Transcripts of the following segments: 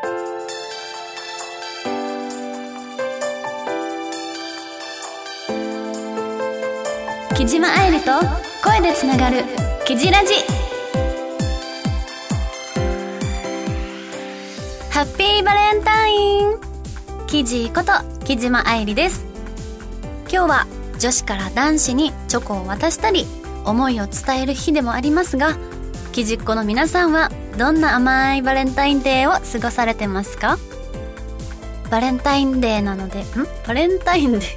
木島愛理と声でつながるキジラジ。ハッピーバレンタイン。キジこと木島愛理です。今日は女子から男子にチョコを渡したり思いを伝える日でもありますが、キジっ子の皆さんはどんな甘いバレンタインデーを過ごされてますか？バレンタインデーなのでバレンタインデ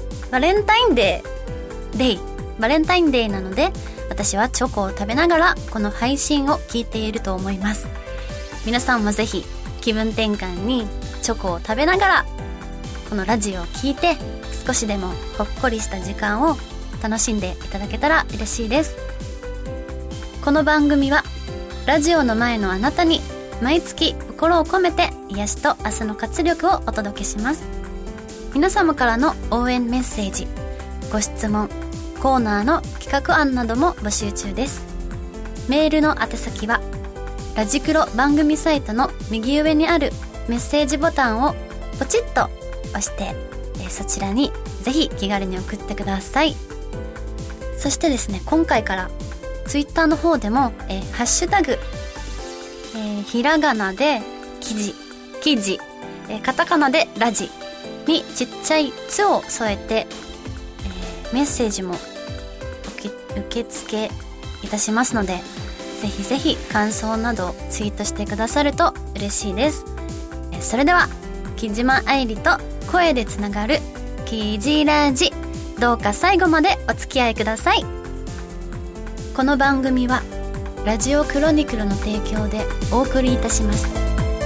ーなので、私はチョコを食べながらこの配信を聞いていると思います。皆さんもぜひ気分転換にチョコを食べながらこのラジオを聞いて、少しでもほっこりした時間を楽しんでいただけたら嬉しいです。この番組はラジオの前のあなたに毎月心を込めて癒しと明日の活力をお届けします。皆様からの応援メッセージ、ご質問、コーナーの企画案なども募集中です。メールの宛先はラジクロ番組サイトの右上にあるメッセージボタンをポチッと押して、そちらにぜひ気軽に送ってください。そしてですね、今回からツイッターの方でも、ハッシュタグ、ひらがなで記事、カタカナでラジにちっちゃいつを添えて、メッセージも受付いたしますので、ぜひぜひ感想などツイートしてくださると嬉しいです。それでは木島愛理と声でつながるキジラジ、どうか最後までお付き合いください。この番組はラジオクロニクルの提供でお送りいたします。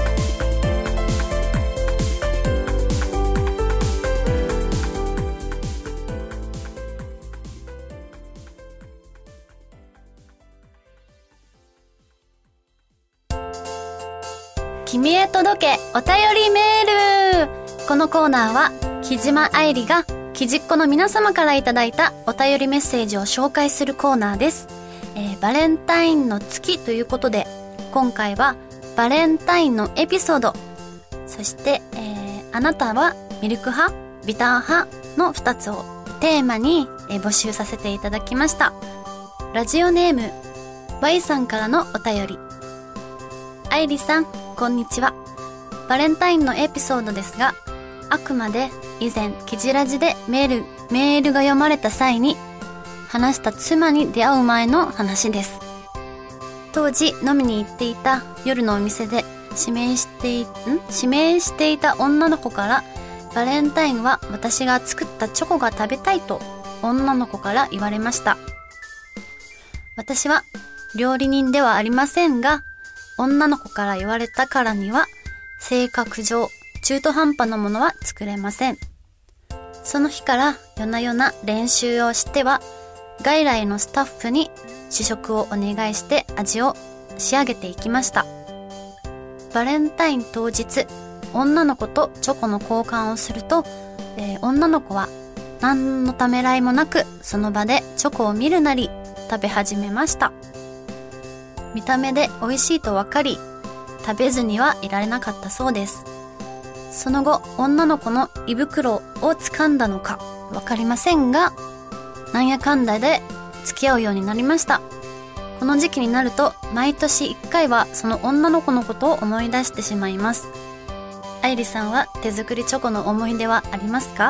君へ届けお便りメール。このコーナーは木島愛理がキジっ子の皆様からいただいたお便りメッセージを紹介するコーナーです。バレンタインの月ということで、今回はバレンタインのエピソード、そして、あなたはミルク派ビター派の2つをテーマに、募集させていただきました。ラジオネーム Y さんからのお便り。愛理さん、こんにちは。バレンタインのエピソードですが、あくまで以前キジラジでメールが読まれた際に話した妻に出会う前の話です。当時飲みに行っていた夜のお店で指名していた女の子から、バレンタインは私が作ったチョコが食べたいと女の子から言われました。私は料理人ではありませんが、女の子から言われたからには性格上中途半端なものは作れません。その日から夜な夜な練習をしては、外来のスタッフに試食をお願いして味を仕上げていきました。バレンタイン当日、女の子とチョコの交換をすると、女の子は何のためらいもなくその場でチョコを見るなり食べ始めました。見た目で美味しいと分かり、食べずにはいられなかったそうです。その後、女の子の胃袋を掴んだのか分かりませんが、なんやかんだで付き合うようになりました。この時期になると毎年1回はその女の子のことを思い出してしまいます。愛理さんは手作りチョコの思い出はありますか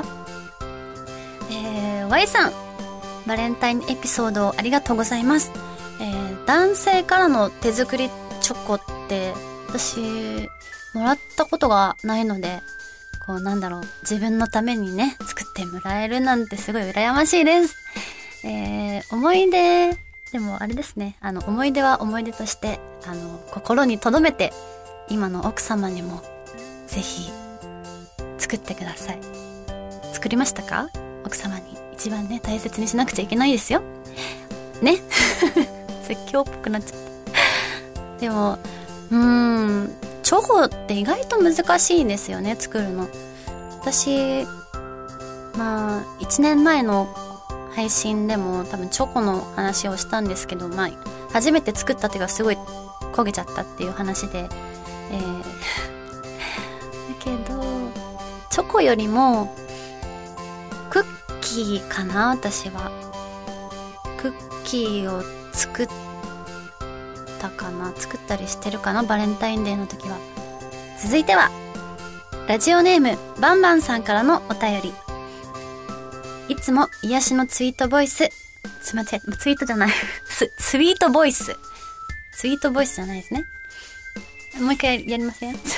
？Y さん、バレンタインエピソードありがとうございます。男性からの手作りチョコって私もらったことがないので、自分のためにね作ってもらえるなんてすごい羨ましいです。思い出でもあれですね、思い出は思い出として心に留めて、今の奥様にもぜひ作ってください。作りましたか？奥様に一番ね大切にしなくちゃいけないですよね。説教っぽくなっちゃった。でもチョコって意外と難しいんですよね、作るの。私1年前の配信でも多分チョコの話をしたんですけど、初めて作った手がすごい焦げちゃったっていう話で、 けど、チョコよりもクッキーかな。私はクッキーを作ったりしてるかな、バレンタインデーの時は。続いてはラジオネームバンバンさんからのお便り。いつも癒しのツイートボイス、すいません、ツイートじゃないツイートボイスじゃないですね。もう一回やりません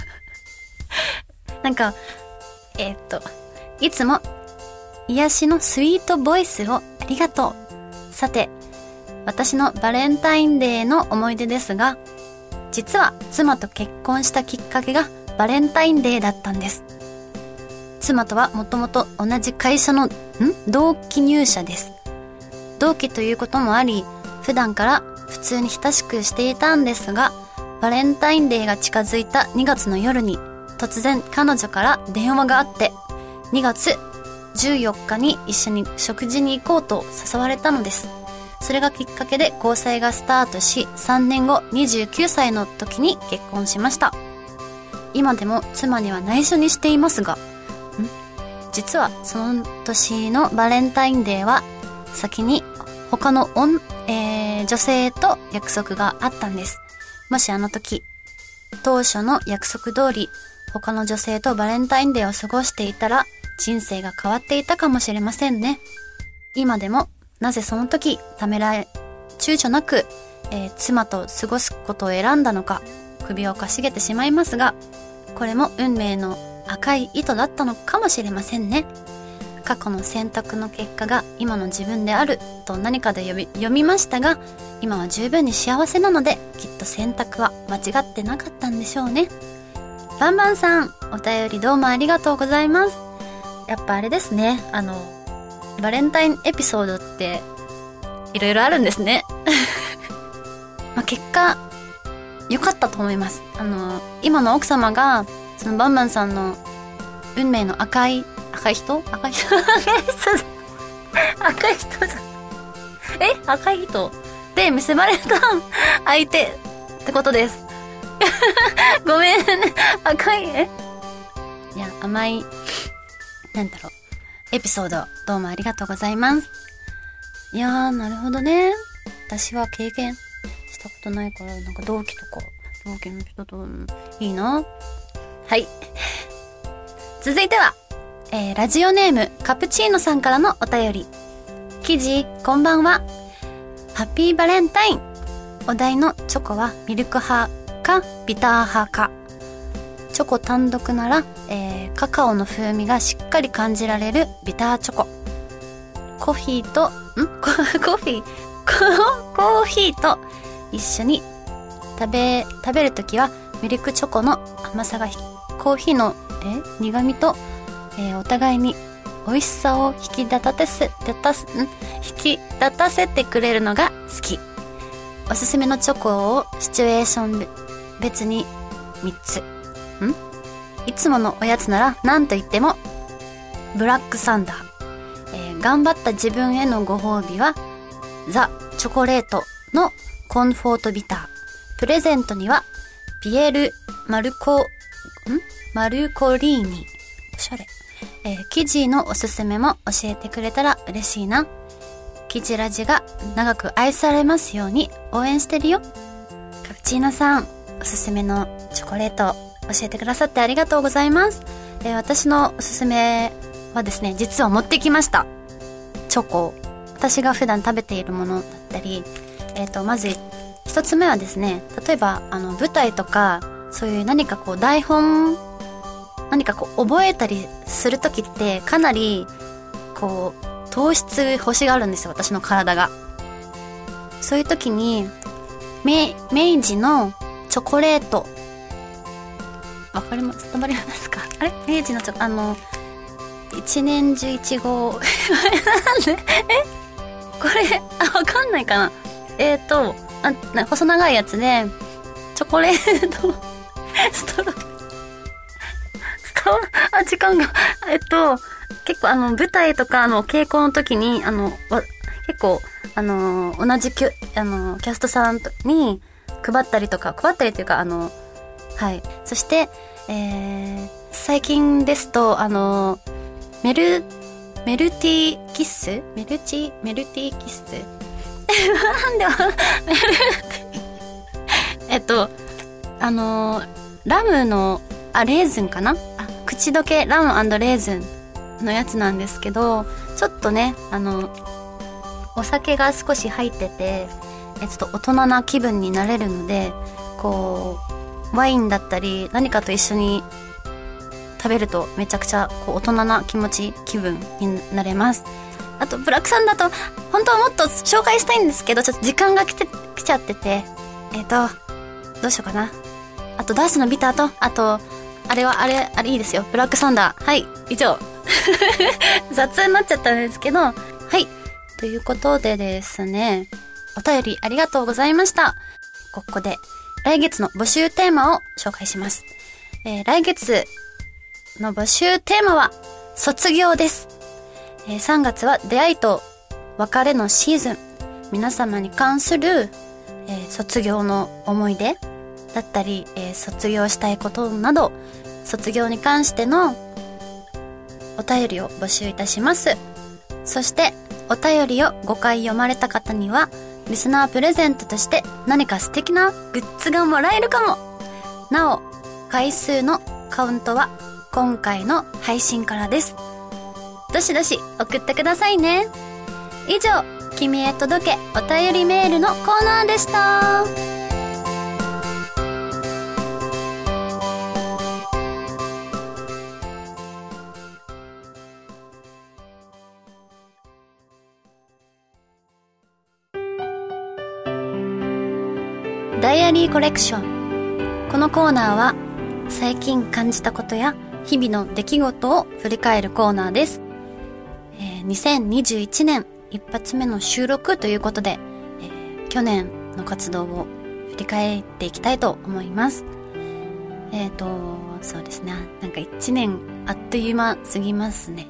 なんかいつも癒しのスイートボイスをありがとう。さて、私のバレンタインデーの思い出ですが、実は妻と結婚したきっかけがバレンタインデーだったんです。妻とはもともと同じ会社の同期入社です。同期ということもあり、普段から普通に親しくしていたんですが、バレンタインデーが近づいた2月の夜に突然彼女から電話があって、2月14日に一緒に食事に行こうと誘われたのです。それがきっかけで交際がスタートし、3年後29歳の時に結婚しました。今でも妻には内緒にしていますが、実はその年のバレンタインデーは先に他の女性と約束があったんです。もしあの時当初の約束通り他の女性とバレンタインデーを過ごしていたら、人生が変わっていたかもしれませんね。今でもなぜその時躊躇なく、妻と過ごすことを選んだのか首をかしげてしまいますが、これも運命の赤い糸だったのかもしれませんね。過去の選択の結果が今の自分であると何かで読みましたが、今は十分に幸せなので、きっと選択は間違ってなかったんでしょうね。バンバンさん、お便りどうもありがとうございます。やっぱあれですね、バレンタインエピソードっていろいろあるんですね結果良かったと思います。今の奥様がそのバンバンさんの運命の赤い糸で結ばれた相手ってことですごめんね、いや、甘いエピソードどうもありがとうございます。いやー、なるほどね。私は経験したことないから、同期の人といいな。はい、続いては、ラジオネームカプチーノさんからのお便り。記事こんばんは。ハッピーバレンタイン。お題のチョコはミルク派かビター派か。チョコ単独なら、カカオの風味がしっかり感じられるビターチョコ。コーヒーと一緒に食べるときはミルクチョコの甘さがコーヒーの苦味と、お互いに美味しさを引き立たせてくれるのが好き。おすすめのチョコをシチュエーション別に3つ。いつものおやつなら何と言ってもブラックサンダー。頑張った自分へのご褒美はザ・チョコレートのコンフォートビター。プレゼントにはピエール・マルコリーニ。おしゃれ。生地のおすすめも教えてくれたら嬉しいな。生地ラジが長く愛されますように応援してるよ。カプチーノさん、おすすめのチョコレート教えてくださってありがとうございます。私のおすすめはですね、実は持ってきました。チョコ。私が普段食べているものだったり、まず一つ目はですね、例えば舞台とかそういう何か台本何か覚えたりするときってかなり糖質欲しがるんですよ、私の体が。そういう時に明治のチョコレート、わかりますか？あれ、明治の一年中いちごなんでこれわかんないかな。細長いやつでチョコレートストロー時間が結構舞台とか稽古の時に結構同じキャストさんに配ったりというかはい。そして、最近ですと、メルティキッスメルティキッスなんでラムの、レーズンかな、口どけラム&レーズンのやつなんですけど、ちょっとね、お酒が少し入ってて、ちょっと大人な気分になれるので、こう、ワインだったり、何かと一緒に食べるとめちゃくちゃこう大人な気分になれます。あと、ブラックサンダーと、本当はもっと紹介したいんですけど、ちょっと時間が来ちゃってて、どうしようかな。あと、ダースのビターと、あと、あれいいですよ。ブラックサンダー。はい、以上。雑になっちゃったんですけど、はい。ということでですね、お便りありがとうございました。ここで、来月の募集テーマを紹介します。来月の募集テーマは、卒業です。3月は出会いと別れのシーズン。皆様に関する、卒業の思い出だったり、卒業したいことなど、卒業に関してのお便りを募集いたします。そしてお便りを5回読まれた方にはリスナープレゼントとして何か素敵なグッズがもらえるかも。なお、回数のカウントは今回の配信からです。どしどし送ってくださいね。以上、君へ届けお便りメールのコーナーでした。ダイアリーコレクション。このコーナーは最近感じたことや日々の出来事を振り返るコーナーです。2021年一発目の収録ということで、去年の活動を振り返っていきたいと思います。そうですね。なんか1年あっという間すぎますね。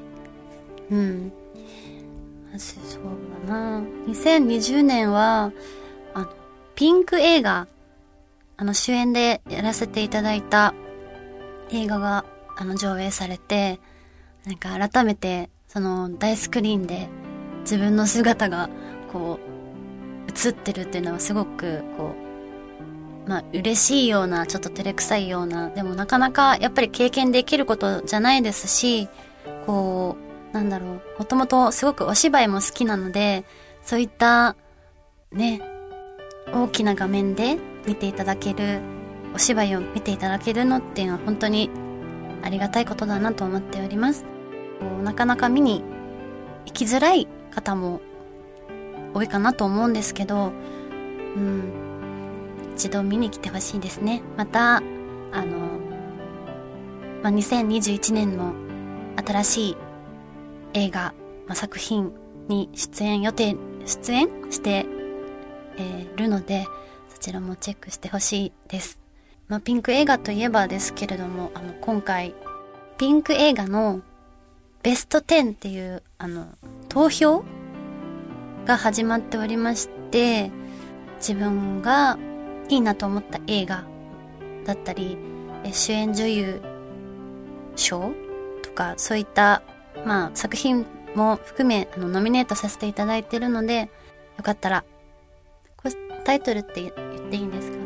まずそうだな。2020年は、ピンク映画、主演でやらせていただいた映画が、上映されて、なんか改めて、その大スクリーンで自分の姿が、こう、映ってるっていうのはすごく、こう、嬉しいような、ちょっと照れくさいような、でもなかなかやっぱり経験できることじゃないですし、こう、なんだろう、もともとすごくお芝居も好きなので、そういった、ね、大きな画面で見ていただける、お芝居を見ていただけるのっていうのは本当にありがたいことだなと思っております。なかなか見に行きづらい方も多いかなと思うんですけど、一度見に来てほしいですね。また、2021年の新しい映画、作品に出演してるので、そちらもチェックしてほしいです。ピンク映画といえばですけれども、今回ピンク映画のベスト10っていう投票が始まっておりまして、自分がいいなと思った映画だったり、主演女優賞とか、そういった作品も含めノミネートさせていただいているので、よかったらタイトルって言っていいんですか？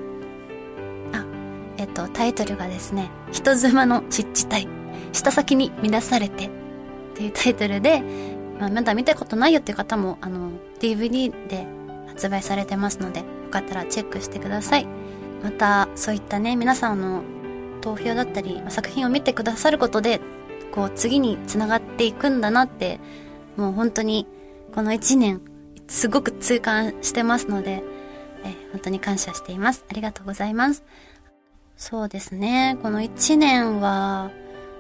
タイトルがですね、人妻の湿地帯、舌先に乱されてっていうタイトルで、まだ見たことないよっていう方もDVD で発売されてますので、よかったらチェックしてください。またそういったね、皆さんの投票だったり、作品を見てくださることで、こう次につながっていくんだなって、もう本当にこの1年すごく痛感してますので、本当に感謝しています。ありがとうございます。そうですね、この1年は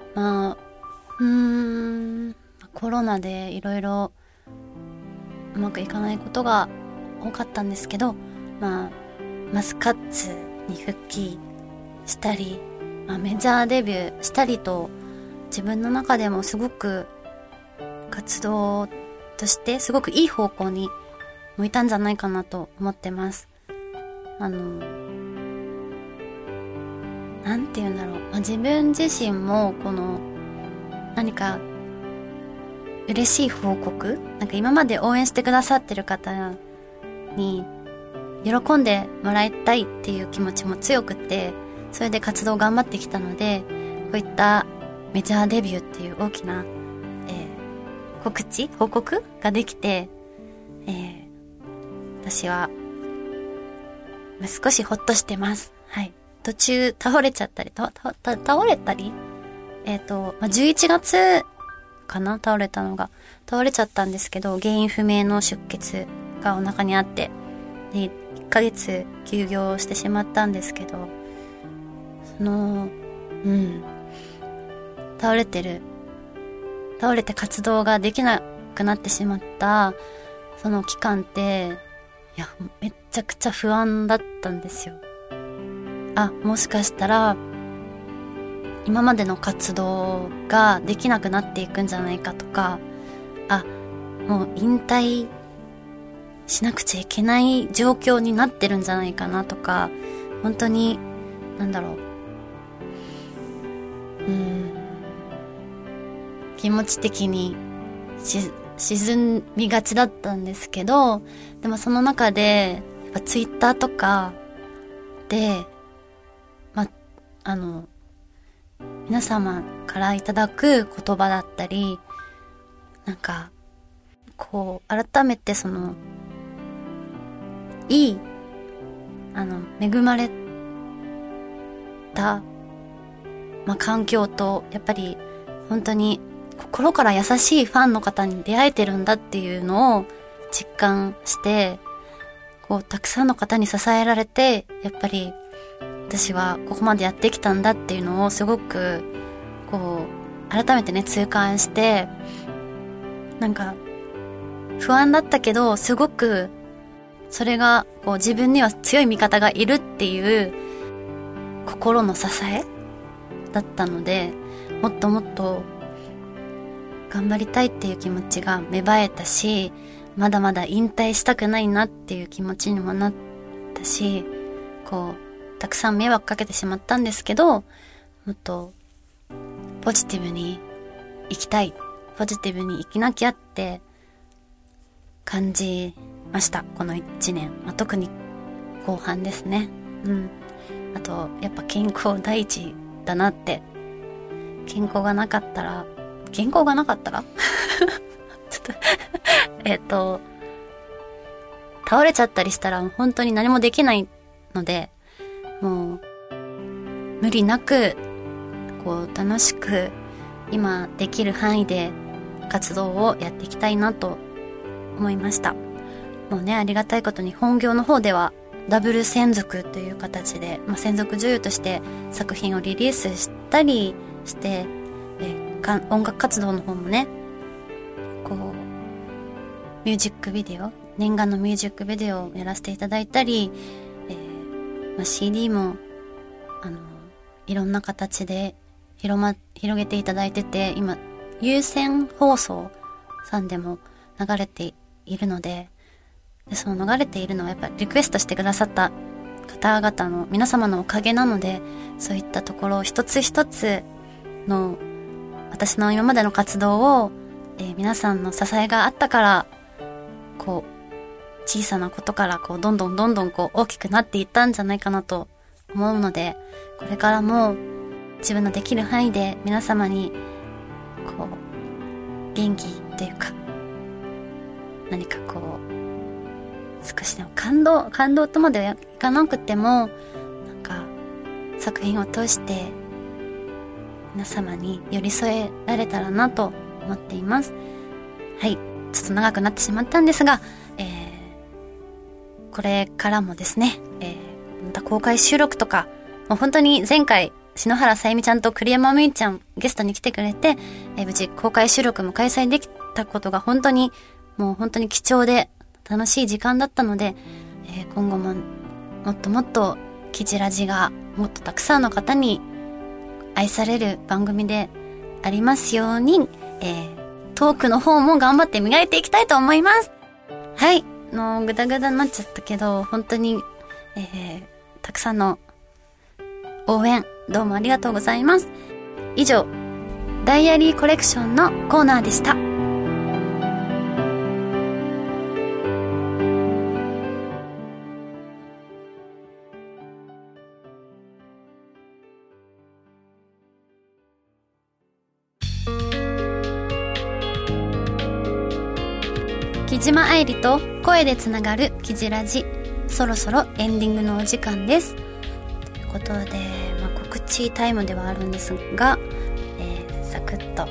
コロナでいろいろうまくいかないことが多かったんですけど、マスカッツに復帰したり、メジャーデビューしたりと、自分の中でもすごく活動としてすごくいい方向に向いたんじゃないかなと思ってます。ななんて言うんだろう、自分自身もこの何か嬉しい報告、なんか今まで応援してくださってる方に喜んでもらいたいっていう気持ちも強くて、それで活動頑張ってきたので、こういったメジャーデビューっていう大きな、報告ができて、私は少しほっとしてます。はい。途中倒れちゃったり、倒れたり11月かな、倒れたのが。倒れちゃったんですけど、原因不明の出血がお腹にあって、で、1ヶ月休業してしまったんですけど、倒れて活動ができなくなってしまったその期間って、いや、めっちゃくちゃ不安だったんですよ。もしかしたら今までの活動ができなくなっていくんじゃないかとか、もう引退しなくちゃいけない状況になってるんじゃないかなとか、本当に気持ち的に沈みがちだったんですけど、でもその中でやっぱツイッターとかで皆様からいただく言葉だったり、なんかこう改めていい恵まれた環境と、やっぱり本当に心から優しいファンの方に出会えてるんだっていうのを実感して、たくさんの方に支えられて、やっぱり私はここまでやってきたんだっていうのをすごく改めてね痛感して、なんか不安だったけど、すごくそれが自分には強い味方がいるっていう心の支えだったので、もっともっと頑張りたいっていう気持ちが芽生えたし、まだまだ引退したくないなっていう気持ちにもなったし、たくさん迷惑かけてしまったんですけど、もっとポジティブに生きたい、ポジティブに生きなきゃって感じました、この1年。特に後半ですね。あとやっぱ健康第一だなって。健康がなかったらちょっと倒れちゃったりしたら本当に何もできないので、もう無理なく楽しく今できる範囲で活動をやっていきたいなと思いました。もうね、ありがたいことに本業の方ではダブル専属という形で、専属女優として作品をリリースしたりして、音楽活動の方もね、ミュージックビデオ、念願のミュージックビデオをやらせていただいたり、CD もいろんな形で広げていただいてて、今有線放送さんでも流れているので、その流れているのはやっぱリクエストしてくださった方々の皆様のおかげなので、そういったところ一つ一つの私の今までの活動を、皆さんの支えがあったから、小さなことからどんどん大きくなっていったんじゃないかなと思うので、これからも自分のできる範囲で皆様に元気というか、何か少しでも感動とまではいかなくても、作品を通して皆様に寄り添えられたらなと思っています。はい、ちょっと長くなってしまったんですが、これからもですね、また公開収録とか、もう本当に前回篠原さゆみちゃんと栗山みーちゃんゲストに来てくれて、無事公開収録も開催できたことが本当に貴重で楽しい時間だったので、今後ももっともっとキジラジがもっとたくさんの方に愛される番組でありますように、トークの方も頑張って磨いていきたいと思います。はい、グダグダになっちゃったけど、本当に、たくさんの応援どうもありがとうございます。以上、ダイアリーコレクションのコーナーでした。木島愛理と声でつながるキジラジ、そろそろエンディングのお時間です。ということで、告知タイムではあるんですが、サクッと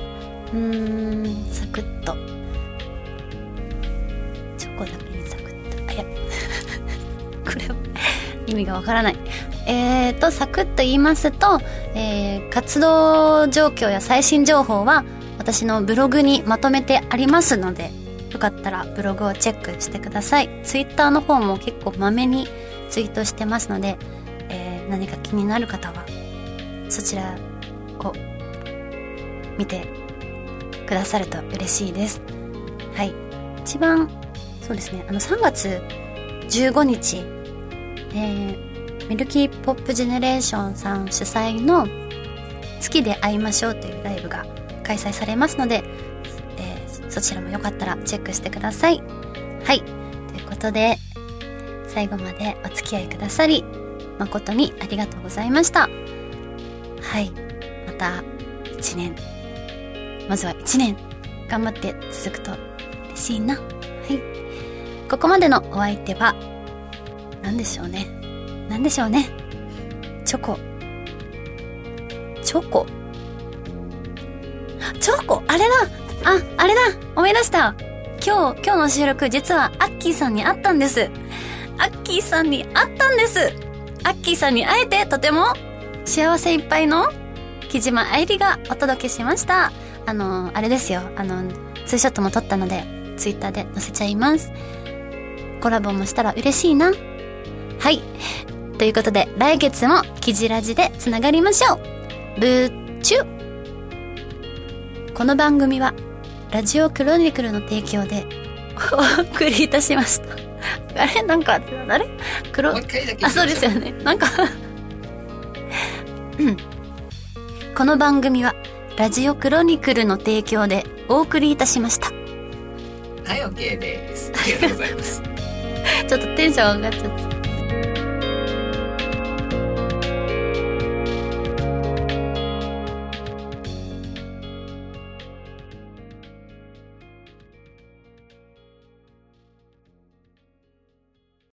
チョコだけにサクッと、これは意味がわからない。サクッと言いますと、活動状況や最新情報は私のブログにまとめてありますので、よかったらブログをチェックしてください。ツイッターの方も結構まめにツイートしてますので、何か気になる方はそちらを見てくださると嬉しいです。はい。一番そうですね、3月15日、ミルキーポップジェネレーションさん主催の月で会いましょうというライブが開催されますので、そちらもよかったらチェックしてください。はい。ということで、最後までお付き合いくださり、誠にありがとうございました。はい。また1年、まずは1年頑張って続くと嬉しいな。はい。ここまでのお相手は、なんでしょうね。チョコ、あれだ思い出した。今日の収録、実はアッキーさんに会ったんです。アッキーさんに会えてとても幸せいっぱいの木島愛理がお届けしました。あれですよ。ツーショットも撮ったので、ツイッターで載せちゃいます。コラボもしたら嬉しいな。はい。ということで、来月もキジラジでつながりましょう。ブーチュ。この番組は、ラジオクロニクルの提供でお送りいたしました。あれもう一回だけ。そうですよね。この番組はラジオクロニクルの提供でお送りいたしました。はい、OK です。ありがとうございます。ちょっとテンション上がっちゃった。